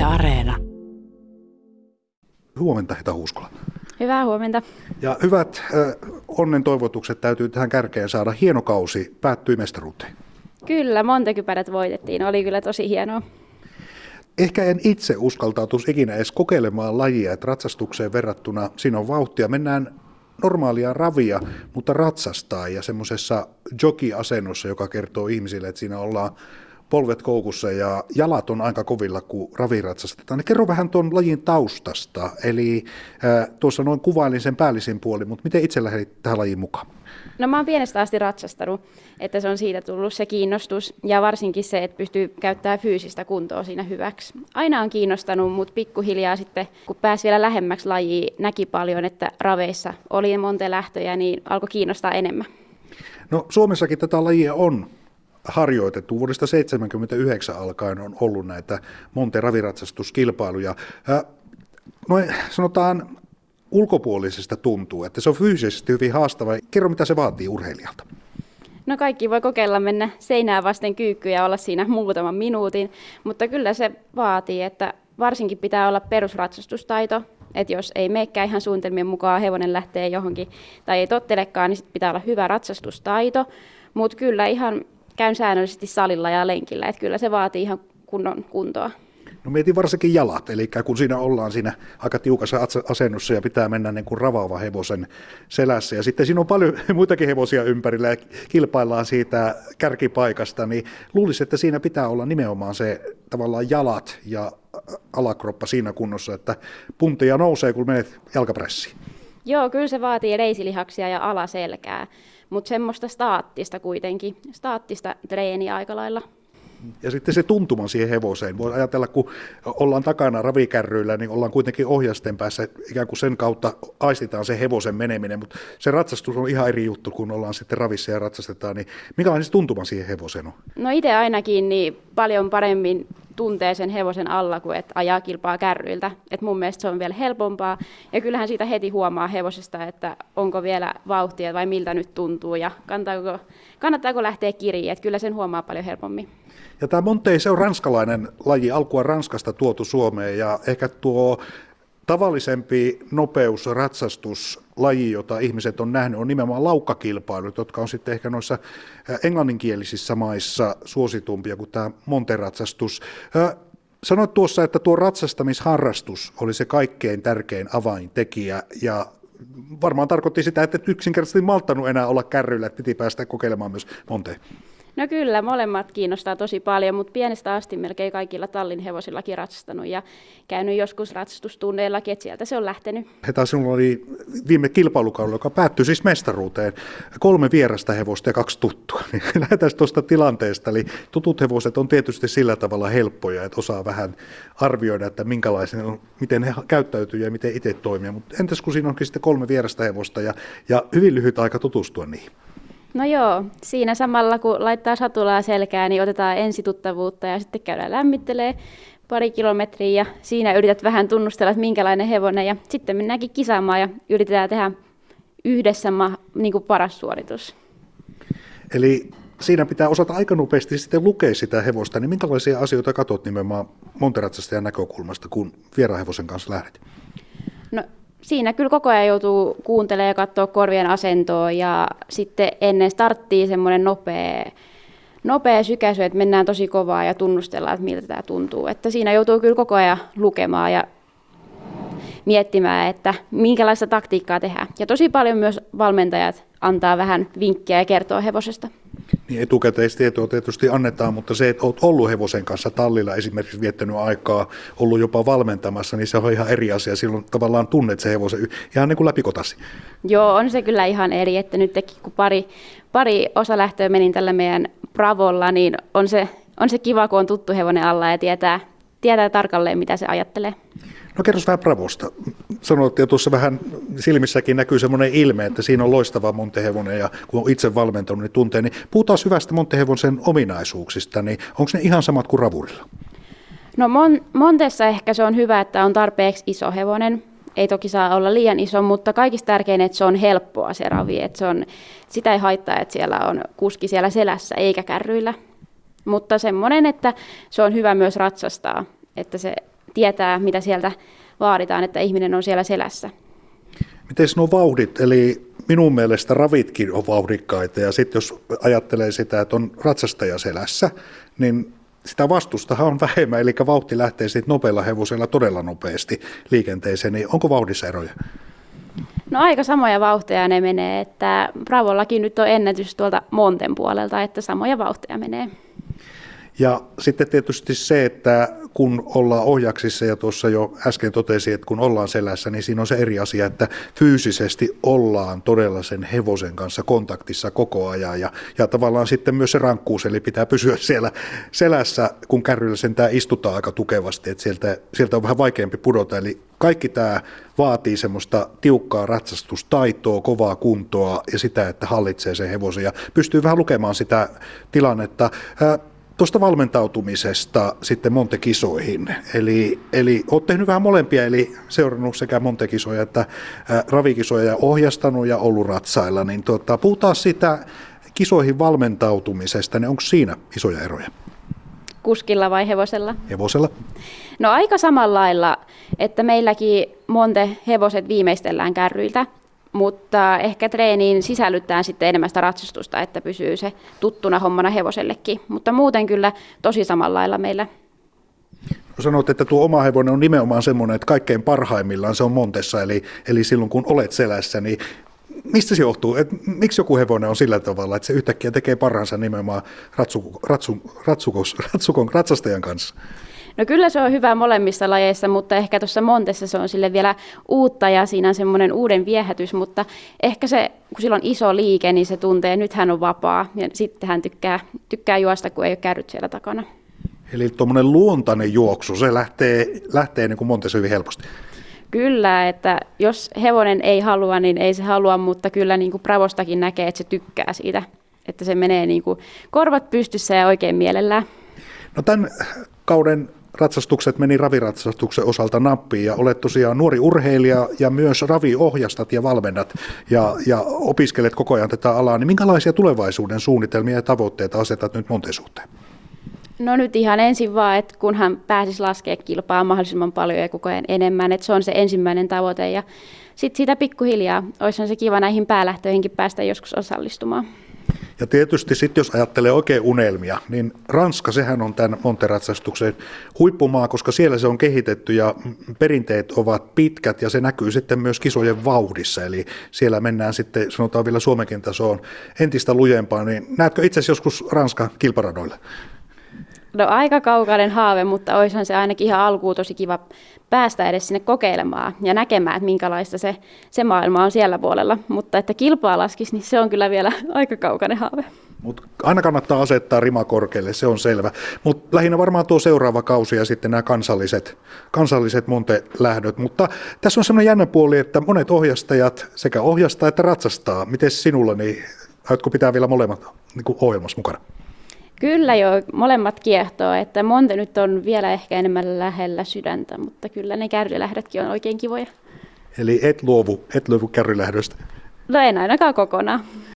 Yle Areena. Huomenta, Heta Huuskola. Hyvää huomenta. Ja hyvät onnen toivotukset täytyy tähän kärkeen saada. Hieno kausi päättyi mestaruuteen. Kyllä, Monte-kypärät voitettiin. Oli kyllä tosi hienoa. Ehkä en itse uskaltautuisi ikinä edes kokeilemaan lajia, että ratsastukseen verrattuna siinä on vauhtia. Mennään normaalia ravia, mutta ratsastaa ja semmoisessa jogi-asennossa, joka kertoo ihmisille, että siinä ollaan polvet koukussa ja jalat on aika kovilla, kun raviratsastetaan. Kerro vähän tuon lajin taustasta, eli tuossa noin kuvailin sen päällisin puoli, mutta miten itse lähdit tähän lajiin mukaan? No mä oon pienestä asti ratsastanut, että se on siitä tullut se kiinnostus ja varsinkin se, että pystyy käyttämään fyysistä kuntoa siinä hyväksi. Aina on kiinnostanut, mutta pikkuhiljaa sitten, kun pääsi vielä lähemmäksi lajiin, näki paljon, että raveissa oli monta lähtöjä, niin alkoi kiinnostaa enemmän. No Suomessakin tätä lajia on harjoitettu. Vuodesta 1979 alkaen on ollut näitä Monte-raviratsastuskilpailuja. Noin sanotaan ulkopuolisesta tuntuu, että se on fyysisesti hyvin haastava. Kerro, mitä se vaatii urheilijalta. No kaikki voi kokeilla mennä seinää vasten kyykkyä ja olla siinä muutaman minuutin, mutta kyllä se vaatii, että varsinkin pitää olla perusratsastustaito. Että jos ei menekään ihan suunnitelmien mukaan, hevonen lähtee johonkin tai ei tottelekaan, niin sit pitää olla hyvä ratsastustaito. Mutta kyllä ihan käyn säännöllisesti salilla ja lenkillä, että kyllä se vaatii ihan kunnon kuntoa. No mietin varsinkin jalat, eli kun siinä ollaan siinä aika tiukassa asennossa ja pitää mennä niin kuin ravaava hevosen selässä. Ja sitten siinä on paljon muitakin hevosia ympärillä ja kilpaillaan siitä kärkipaikasta, niin luulisin, että siinä pitää olla nimenomaan se tavallaan jalat ja alakroppa siinä kunnossa, että punteja nousee, kun menet jalkapressiin. Joo, kyllä se vaatii reisilihaksia ja alaselkää, mutta semmoista staattista treeniä aika lailla. Ja sitten se tuntuma siihen hevoseen. Voi ajatella, kun ollaan takana ravikärryillä, niin ollaan kuitenkin ohjasten päässä, ikään kuin sen kautta aistitaan se hevosen meneminen, mutta se ratsastus on ihan eri juttu, kun ollaan sitten ravissa ja ratsastetaan, niin minkälainen se tuntuma siihen hevoseen on? No itse ainakin niin paljon paremmin tuntee sen hevosen alla, kuin että ajaa kilpaa kärryiltä. Et mun mielestä se on vielä helpompaa, ja kyllähän siitä heti huomaa hevosesta, että onko vielä vauhtia vai miltä nyt tuntuu, ja kannattaako lähteä kiriin, että kyllä sen huomaa paljon helpommin. Ja tämä Monte, se on ranskalainen laji, alkua Ranskasta tuotu Suomeen, ja ehkä tuo tavallisempi nopeusratsastuslaji, jota ihmiset on nähnyt, on nimenomaan laukkakilpailut, jotka on sitten ehkä noissa englanninkielisissä maissa suositumpia kuin tämä Monte-ratsastus. Sanoit tuossa, että tuo ratsastamisharrastus oli se kaikkein tärkein avaintekijä, ja varmaan tarkoitti sitä, että et yksinkertaisesti malttanut enää olla kärryillä, että piti päästä kokeilemaan myös Montea. No kyllä, molemmat kiinnostaa tosi paljon, mutta pienestä asti melkein kaikilla tallin hevosillakin ratsastanut ja käynyt joskus ratsastustunneilla, että sieltä se on lähtenyt. Heta, sinulla oli viime kilpailukaudella, joka päättyi siis mestaruuteen, 3 vierasta hevosta ja 2 tuttua. Niin lähdetään tuosta tilanteesta, eli tutut hevoset on tietysti sillä tavalla helppoja, että osaa vähän arvioida, että miten he käyttäytyy ja miten itse toimii. Mutta entäs kun siinä onkin sitten 3 vierasta hevosta ja hyvin lyhyt aika tutustua niihin? No joo, siinä samalla kun laittaa satulaa selkään, niin otetaan ensituttavuutta ja sitten käydään lämmittelee pari kilometriä ja siinä yrität vähän tunnustella, että minkälainen hevonen ja sitten mennäänkin kisaamaan ja yritetään tehdä yhdessä niin kuin paras suoritus. Eli siinä pitää osata aika nopeasti sitten lukea sitä hevosta, niin minkälaisia asioita katsot nimenomaan monteratsastajan näkökulmasta, kun vierahevosen kanssa lähdet? No siinä kyllä koko ajan joutuu kuuntelemaan ja katsoa korvien asentoa ja sitten ennen starttia semmoinen nopea sykäisy, että mennään tosi kovaa ja tunnustellaan, että miltä tämä tuntuu. Että siinä joutuu kyllä koko ajan lukemaan ja miettimään, että minkälaista taktiikkaa tehdään. Ja tosi paljon myös valmentajat antaa vähän vinkkejä ja kertoo hevosesta. Niin etukäteistietoa tietysti annetaan, mutta se, että olet ollut hevosen kanssa tallilla esimerkiksi viettänyt aikaa, ollut jopa valmentamassa, niin se on ihan eri asia. Silloin tavallaan tunnet se hevosen ihan niin kuin läpikotasi. Joo, on se kyllä ihan eri, että nyt kun pari osalähtöä menin tällä meidän Bravolla, niin on se kiva, kun on tuttu hevonen alla ja tietää tarkalleen, mitä se ajattelee. No kerros vähän Bravosta. Sanoit, ja tuossa vähän silmissäkin näkyy semmoinen ilme, että siinä on loistava montehevonen ja kun on itse valmentanut, niin tuntee. Niin puhutaan hyvästä montehevosen ominaisuuksista, niin onko ne ihan samat kuin ravurilla? No Montessa ehkä se on hyvä, että on tarpeeksi iso hevonen. Ei toki saa olla liian iso, mutta kaikista tärkein, että se on helppoa se ravi. Että sitä ei haittaa, että siellä on kuski siellä selässä eikä kärryillä. Mutta semmoinen, että se on hyvä myös ratsastaa, että se tietää, mitä sieltä vaaditaan, että ihminen on siellä selässä. Miten nuo vauhdit, eli minun mielestä ravitkin on vauhdikkaita, ja sitten jos ajattelee sitä, että on ratsastaja selässä, niin sitä vastustahan on vähemmän, eli vauhti lähtee sitten nopealla hevosella todella nopeasti liikenteeseen, niin onko vauhdissa eroja? No aika samoja vauhteja ne menee, että Bravollakin nyt on ennätys tuolta Monten puolelta, että samoja vauhteja menee. Ja sitten tietysti se, että kun ollaan ohjaksissa ja tuossa jo äsken totesi, että kun ollaan selässä, niin siinä on se eri asia, että fyysisesti ollaan todella sen hevosen kanssa kontaktissa koko ajan ja tavallaan sitten myös se rankkuus, eli pitää pysyä siellä selässä, kun kärryllä sentään istutaan aika tukevasti, että sieltä on vähän vaikeampi pudota, eli kaikki tämä vaatii semmoista tiukkaa ratsastustaitoa, kovaa kuntoa ja sitä, että hallitsee sen hevosen ja pystyy vähän lukemaan sitä tilannetta. Tuosta valmentautumisesta sitten Monte-kisoihin, eli olet tehnyt vähän molempia, eli seurannut sekä Monte-kisoja että ravikisoja ja ohjastanut ja ollut ratsailla, niin puhutaan siitä kisoihin valmentautumisesta, niin onko siinä isoja eroja? Kuskilla vai hevosella? Hevosella. No aika samalla lailla, että meilläkin Monte-hevoset viimeistellään kärryiltä, mutta ehkä treeniin sisällyttää sitten enemmän sitä ratsastusta, että pysyy se tuttuna hommana hevosellekin. Mutta muuten kyllä tosi samalla lailla meillä. Sanoit, että tuo oma hevonen on nimenomaan semmoinen, että kaikkein parhaimmillaan se on Montessa, eli silloin kun olet selässä, niin mistä se johtuu? Miksi joku hevonen on sillä tavalla, että se yhtäkkiä tekee parhaansa nimenomaan ratsastajan kanssa? No kyllä se on hyvä molemmissa lajeissa, mutta ehkä tuossa Montessa se on sille vielä uutta ja siinä on semmoinen uuden viehätys, mutta ehkä se, kun sillä on iso liike, niin se tuntee, että nyt hän on vapaa ja sitten hän tykkää juosta, kun ei ole kärryt siellä takana. Eli tuommoinen luontainen juoksu, se lähtee niin kuin Montessa hyvin helposti. Kyllä, että jos hevonen ei halua, niin ei se halua, mutta kyllä niin kuin Bravostakin näkee, että se tykkää siitä, että se menee niin kuin korvat pystyssä ja oikein mielellään. No tämän kauden ratsastukset meni raviratsastuksen osalta nappiin ja olet tosiaan nuori urheilija ja myös raviohjastat ja valmennat ja opiskelet koko ajan tätä alaa, niin minkälaisia tulevaisuuden suunnitelmia ja tavoitteita asetat nyt Monten suhteen? No nyt ihan ensin vaan, että kunhan pääsisi laskea kilpaa mahdollisimman paljon ja koko ajan enemmän, että se on se ensimmäinen tavoite ja sitten siitä pikkuhiljaa olisihan se kiva näihin päälähtöihinkin päästä joskus osallistumaan. Ja tietysti sitten jos ajattelee oikein unelmia, niin Ranska, sehän on tämän Monte-ratsastuksen huippumaa, koska siellä se on kehitetty ja perinteet ovat pitkät ja se näkyy sitten myös kisojen vauhdissa. Eli siellä mennään sitten, sanotaan vielä Suomenkin tasoon, entistä lujempaa. Niin näetkö itse joskus Ranskan kilparadoilla? No aika kaukainen haave, mutta olisihan se ainakin ihan alkuun tosi kiva päästä edes sinne kokeilemaan ja näkemään, että minkälaista se maailma on siellä puolella. Mutta että kilpaa laskisi, niin se on kyllä vielä aika kaukainen haave. Mut aina kannattaa asettaa rima korkealle, se on selvä. Mutta lähinnä varmaan tuo seuraava kausi ja sitten nämä kansalliset Monte-lähdöt. Mutta tässä on sellainen jännä puoli, että monet ohjastajat sekä ohjastaa että ratsastaa. Miten sinulla, niin aiotko pitää vielä molemmat niin ohjelmassa mukana? Kyllä jo, molemmat kiehtoo, että Monte nyt on vielä ehkä enemmän lähellä sydäntä, mutta kyllä ne kärrylähdötkin on oikein kivoja. Eli et luovu kärrylähdöstä? No en ainakaan kokonaan.